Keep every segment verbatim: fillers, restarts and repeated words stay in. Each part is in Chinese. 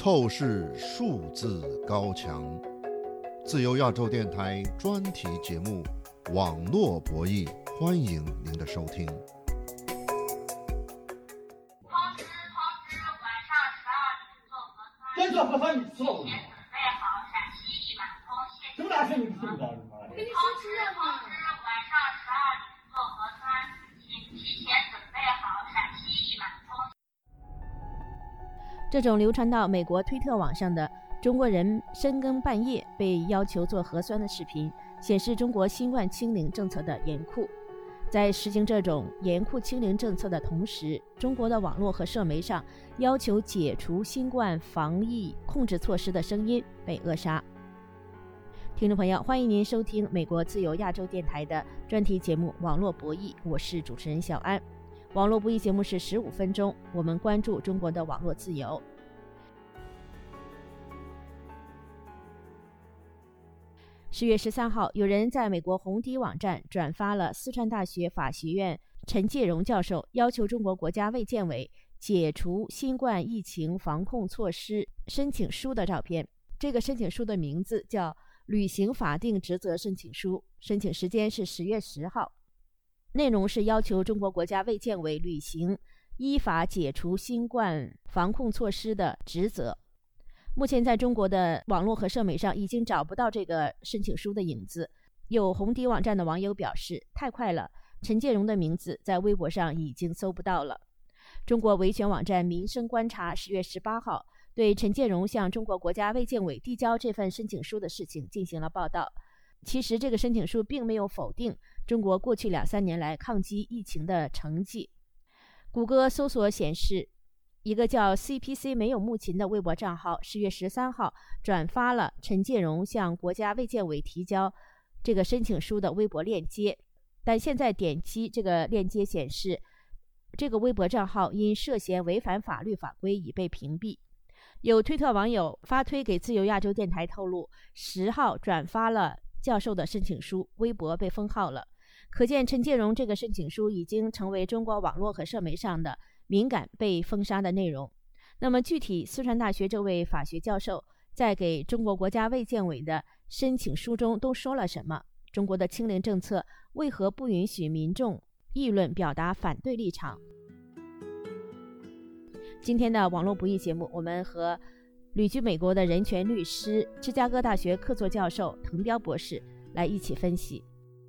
透视数字高墙，自由亚洲电台专题节目《网络博弈》，欢迎您的收听。 先做核酸，你知道吗？这么大声你不睡不着是吗？ 跟你说吃热吗？ 晚上十二点做核酸，请提前准备好陕西一满通。 这种流传到美国推特网上的中国人深更半夜被要求做核酸的视频，显示中国新冠清零政策的严酷。在实行这种严酷清零政策的同时，中国的网络和社媒上要求解除新冠防疫控制措施的声音被扼杀。听众朋友，欢迎您收听美国自由亚洲电台的专题节目《网络博弈》，我是主持人小安。网络博弈节目是十五分钟，我们关注中国的网络自由。十月十三号，有人在美国红底网站转发了四川大学法学院陈介荣教授要求中国国家卫健委解除新冠疫情防控措施申请书的照片。这个申请书的名字叫履行法定职责申请书，申请时间是十月十号，内容是要求中国国家卫健委履行依法解除新冠防控措施的职责。目前在中国的网络和社媒上已经找不到这个申请书的影子。有红底网站的网友表示，太快了，陈介荣的名字在微博上已经搜不到了。中国维权网站民生观察十月十八号对陈介荣向中国国家卫健委递交这份申请书的事情进行了报道。其实这个申请书并没有否定中国过去两三年来抗击疫情的成绩。谷歌搜索显示，一个叫 C P C 没有木琴的微博账号十月十三号转发了陈介荣向国家卫健委提交这个申请书的微博链接，但现在点击这个链接显示，这个微博账号因涉嫌违反法律法规已被屏蔽。有推特网友发推给自由亚洲电台透露，十号转发了教授的申请书，微博被封号了。可见陈介荣这个申请书已经成为中国网络和社媒上的敏感被封杀的内容。那么具体四川大学这位法学教授在给中国国家卫健委的申请书中都说了什么？中国的清零政策为何不允许民众议论表达反对立场？今天的网络博弈节目，我们和旅居美国的人权律师、芝加哥大学客座教授滕彪博士来一起分析。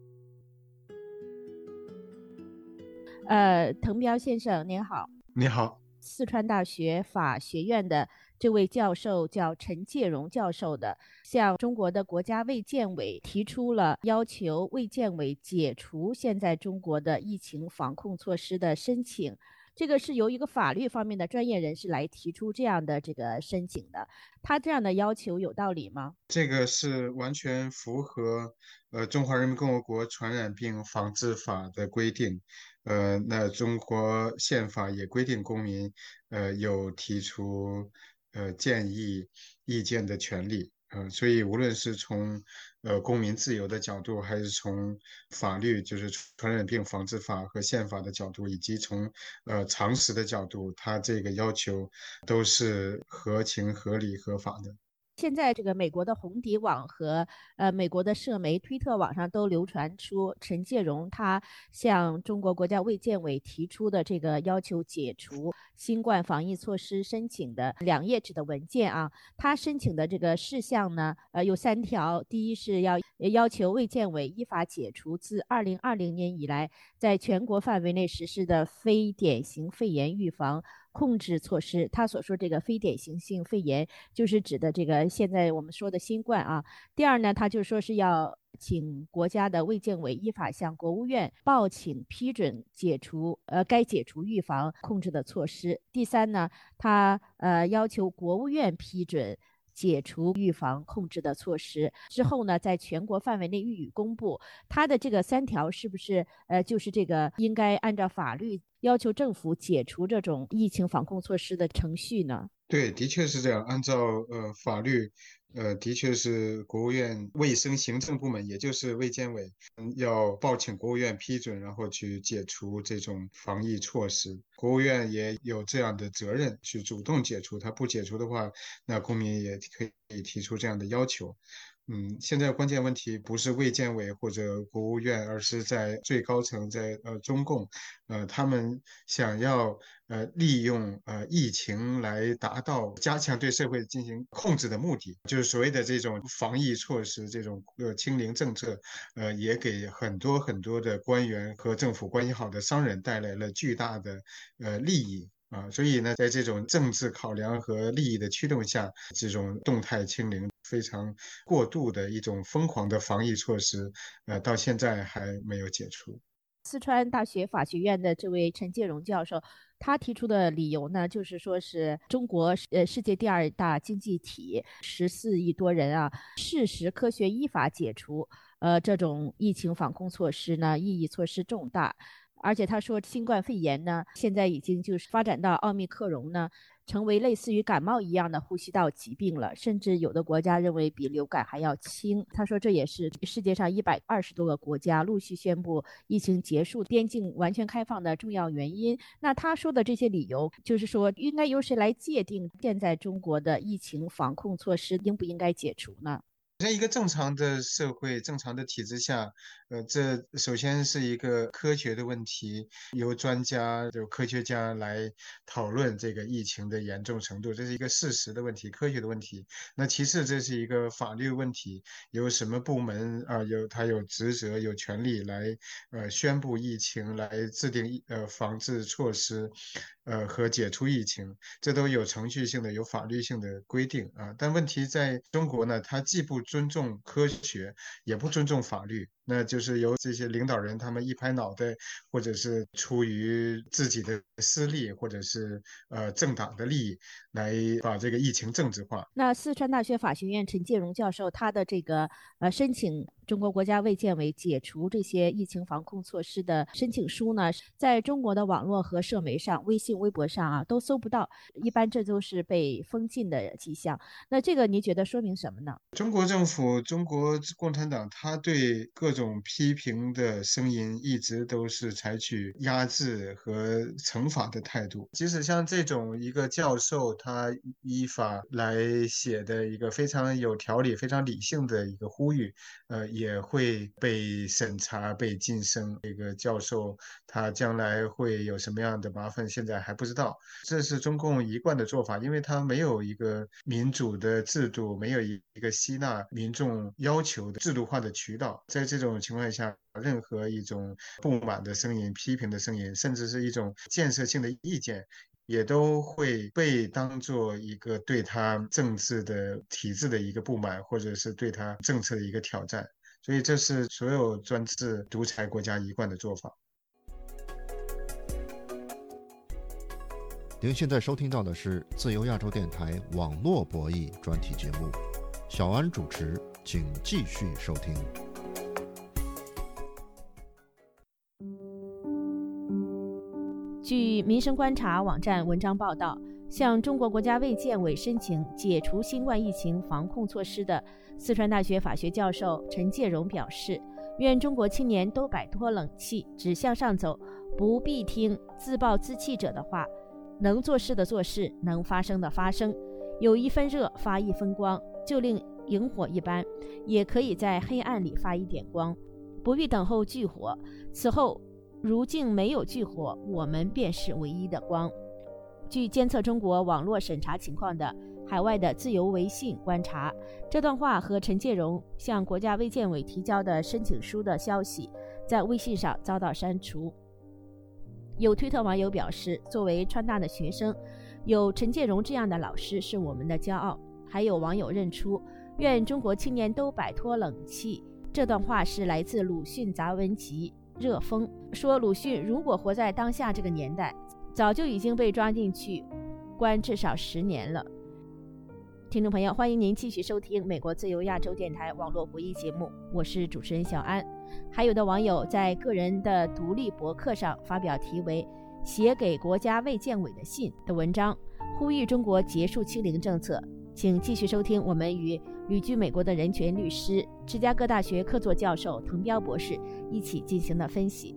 呃，滕彪先生您好。 你好。 四川大学法学院的这位教授叫陈介荣教授的，向中国的国家卫健委提出了要求卫健委解除现在中国的疫情防控措施的申请。这个是由一个法律方面的专业人士来提出这样的这个申请的，他这样的要求有道理吗？ 这个是完全符合呃中华人民共和国传染病防治法的规定，呃，那中国宪法也规定公民呃有提出呃建议意见的权利。呃，所以无论是从呃公民自由的角度，还是从法律，就是传染病防治法和宪法的角度，以及从呃常识的角度，它这个要求都是合情合理合法的。 现在这个美国的红底网和呃美国的社媒推特网上都流传出陈介荣他向中国国家卫健委提出的这个要求解除新冠防疫措施申请的两页纸的文件啊。他申请的这个事项呢，呃有三条。第一是要要求卫健委依法解除自二零二零年以来在全国范围内实施的非典型肺炎预防控制措施。他所说这个非典型性肺炎就是指的这个现在我们说的新冠啊。第二呢，他就说是要请国家的卫健委依法向国务院报请批准解除呃该解除预防控制的措施。第三呢，他呃要求国务院批准解除预防控制的措施之后呢，在全国范围内予以公布。他的这个三条是不是呃就是这个应该按照法律要求政府解除这种疫情防控措施的程序呢？ 对，的确是这样。按照呃法律，呃，的确是国务院卫生行政部门，也就是卫健委，嗯要报请国务院批准，然后去解除这种防疫措施。国务院也有这样的责任去主动解除，它不解除的话，那公民也可以提出这样的要求。嗯，现在关键问题不是卫健委或者国务院，而是在最高层，在呃中共，呃，他们想要呃利用呃疫情来达到加强对社会进行控制的目的，就是所谓的这种防疫措施，这种呃清零政策，呃，也给很多很多的官员和政府关系好的商人带来了巨大的呃利益。啊，所以呢，在这种政治考量和利益的驱动下，这种动态清零非常过度的一种疯狂的防疫措施，呃，到现在还没有解除。 四川大学法学院的这位陈介荣教授，他提出的理由呢，就是说是中国呃世界第二大经济体，十四亿多人啊，事实科学依法解除呃这种疫情防控措施呢，意义措施重大。而且他说，新冠肺炎呢，现在已经就是发展到奥密克戎呢，成为类似于感冒一样的呼吸道疾病了，甚至有的国家认为比流感还要轻。他说，这也是世界上一百二十多个国家陆续宣布疫情结束、边境完全开放的重要原因。那他说的这些理由，就是说，应该由谁来界定现在中国的疫情防控措施应不应该解除呢？ 在一个正常的社会、正常的体制下，呃，这首先是一个科学的问题，由专家、由科学家来讨论这个疫情的严重程度，这是一个事实的问题、科学的问题。那其次，这是一个法律问题，由什么部门啊、呃，有他有职责、有权利来呃宣布疫情，来制定呃防治措施，呃和解除疫情，这都有程序性的、有法律性的规定啊。但问题在中国呢，它既不尊重科学，也不尊重法律，那就是由这些领导人他们一拍脑袋，或者是出于自己的私利，或者是呃政党的利益，来把这个疫情政治化。 那四川大学法学院陈介荣教授他的这个呃申请中国国家卫健委解除这些疫情防控措施的申请书呢，在中国的网络和社媒上、微信、微博上啊都搜不到，一般这都是被封禁的迹象。那这个你觉得说明什么呢？ 中国政府、中国共产党，他对各种批评的声音一直都是采取压制和惩罚的态度。即使像这种一个教授，他依法来写的一个非常有条理、非常理性的一个呼吁，呃，也会被审查、被晋升。这个教授他将来会有什么样的麻烦，现在还不知道。这是中共一贯的做法，因为他没有一个民主的制度，没有一个吸纳民众要求的制度化的渠道。在这种情况下，任何一种不满的声音、批评的声音，甚至是一种建设性的意见，也都会被当作一个对他政治的体制的一个不满，或者是对他政策的一个挑战。所以这是所有专制独裁国家一贯的做法。 您现在收听到的是自由亚洲电台网络博弈专题节目，小安主持，请继续收听。 据民生观察网站文章报道，向中国国家卫健委申请解除新冠疫情防控措施的四川大学法学教授陈介荣表示，愿中国青年都摆脱冷气，只向上走，不必听自暴自弃者的话，能做事的做事，能发声的发声，有一分热发一分光，就令萤火一般，也可以在黑暗里发一点光，不必等候炬火，此后如竟没有炬火，我们便是唯一的光。据监测中国网络审查情况的海外的自由微信观察，这段话和陈介荣向国家卫健委提交的申请书的消息在微信上遭到删除。有推特网友表示，作为川大的学生，有陈介荣这样的老师是我们的骄傲。还有网友认出，愿中国青年都摆脱冷气，这段话是来自鲁迅杂文集《热风》，说鲁迅如果活在当下这个年代，早就已经被抓进去关至少十年了。听众朋友，欢迎您继续收听美国自由亚洲电台网络博弈节目，我是主持人小安。还有的网友在个人的独立博客上发表题为《写给国家卫健委的信》的文章， 呼吁中国结束清零政策。请继续收听我们与旅居美国的人权律师、芝加哥大学客座教授滕彪博士一起进行的分析。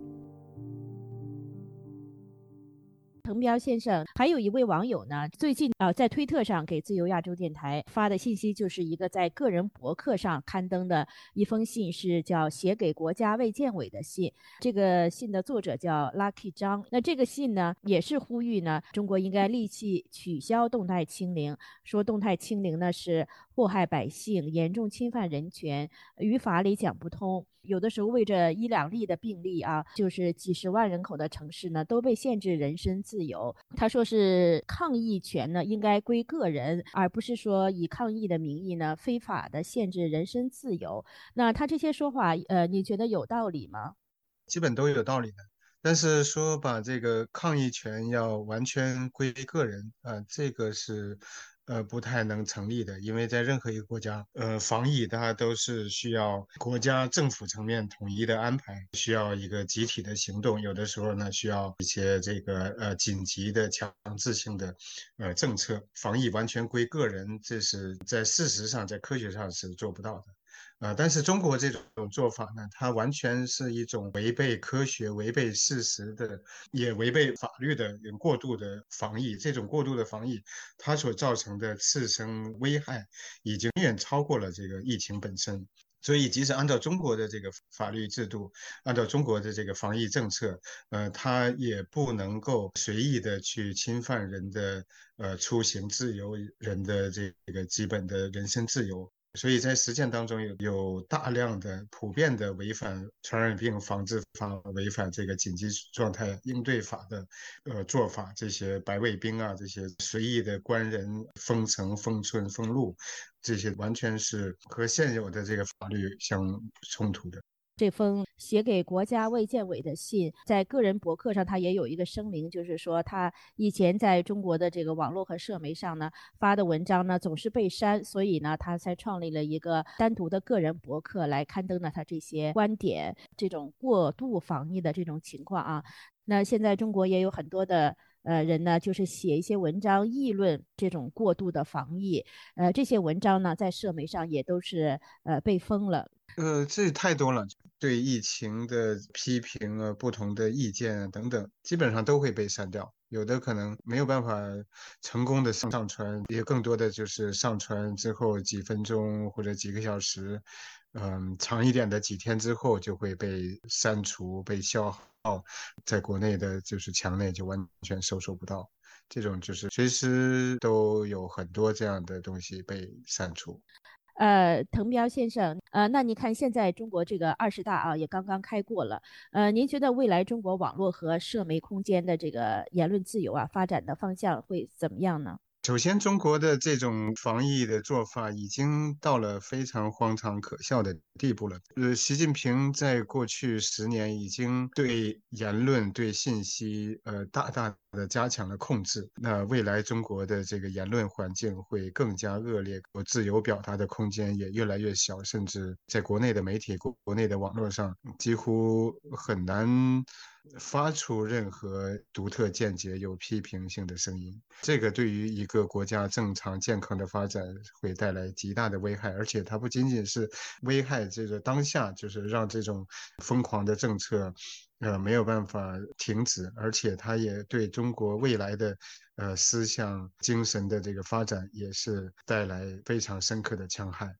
滕彪先生，还有一位网友呢，最近呃在推特上给自由亚洲电台发的信息，就是一个在个人博客上刊登的一封信，是叫写给国家卫健委的信。这个信的作者叫 Lucky 张。那这个信呢，也是呼吁呢，中国应该立即取消动态清零，说动态清零呢是祸害百姓，严重侵犯人权，于法理讲不通。有的时候为着一两例的病例啊，就是几十万人口的城市呢，都被限制人身自由。他说是抗议权呢应该归个人，而不是说以抗议的名义呢非法的限制人身自由。那他这些说法，呃，你觉得有道理吗？ 基本都有道理的。但是说把这个抗议权要完全归个人啊、呃，这个是呃不太能成立的，因为在任何一个国家，呃，防疫它都是需要国家政府层面统一的安排，需要一个集体的行动，有的时候呢需要一些这个呃紧急的强制性的呃政策。防疫完全归个人，这是在事实上在科学上是做不到的。呃，但是中国这种做法呢，它完全是一种违背科学、违背事实的，也违背法律的过度的防疫。这种过度的防疫，它所造成的次生危害，已经远超过了这个疫情本身。所以，即使按照中国的这个法律制度，按照中国的这个防疫政策，呃，它也不能够随意的去侵犯人的呃出行自由、人的这个基本的人身自由。所以在实践当中有有大量的普遍的违反传染病防治法、违反这个紧急状态应对法的呃做法，这些白卫兵啊，这些随意的关人、封城、封村、封路，这些完全是和现有的这个法律相冲突的。 这封写给国家卫健委的信，在个人博客上他也有一个声明，就是说他以前在中国的这个网络和社媒上呢发的文章呢总是被删，所以呢他才创立了一个单独的个人博客来刊登了他这些观点。这种过度防疫的这种情况啊，那现在中国也有很多的呃人呢，就是写一些文章议论这种过度的防疫，呃这些文章呢在社媒上也都是呃被封了。 呃，这太多了，对疫情的批评啊、不同的意见啊等等，基本上都会被删掉。有的可能没有办法成功的上传，也更多的就是上传之后几分钟或者几个小时，嗯，长一点的几天之后就会被删除、被消耗，在国内的就是墙内就完全搜索不到。这种就是随时都有很多这样的东西被删除。 呃，滕彪先生，呃，那你看现在中国这个二十大啊，也刚刚开过了，呃，您觉得未来中国网络和社媒空间的这个言论自由啊，发展的方向会怎么样呢？ 首先，中国的这种防疫的做法已经到了非常荒唐可笑的地步了。呃，习近平在过去十年已经对言论、对信息，呃，大大的加强了控制。那未来中国的这个言论环境会更加恶劣，自由表达的空间也越来越小，甚至在国内的媒体、国内的网络上，几乎很难发出任何独特见解、有批评性的声音。这个对于一个国家正常健康的发展会带来极大的危害，而且它不仅仅是危害这个当下，就是让这种疯狂的政策呃没有办法停止，而且它也对中国未来的呃思想精神的这个发展也是带来非常深刻的戕害。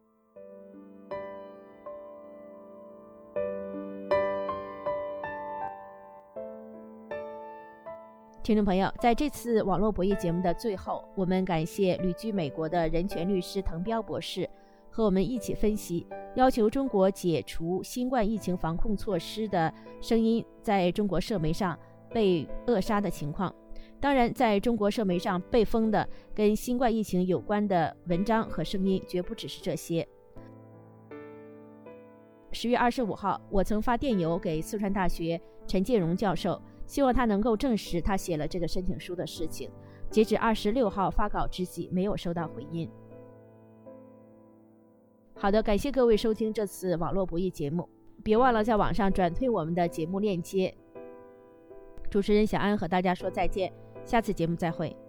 听众朋友，在这次网络博弈节目的最后，我们感谢旅居美国的人权律师滕彪博士和我们一起分析要求中国解除新冠疫情防控措施的声音在中国社媒上被扼杀的情况。当然，在中国社媒上被封的跟新冠疫情有关的文章和声音绝不只是这些。十月二十五号，我曾发电邮给四川大学陈介荣教授，希望他能够证实他写了这个申请书的事情。截止二十六号发稿之际，没有收到回音。好的，感谢各位收听这次网络博弈节目，别忘了在网上转推我们的节目链接。主持人小安和大家说再见，下次节目再会。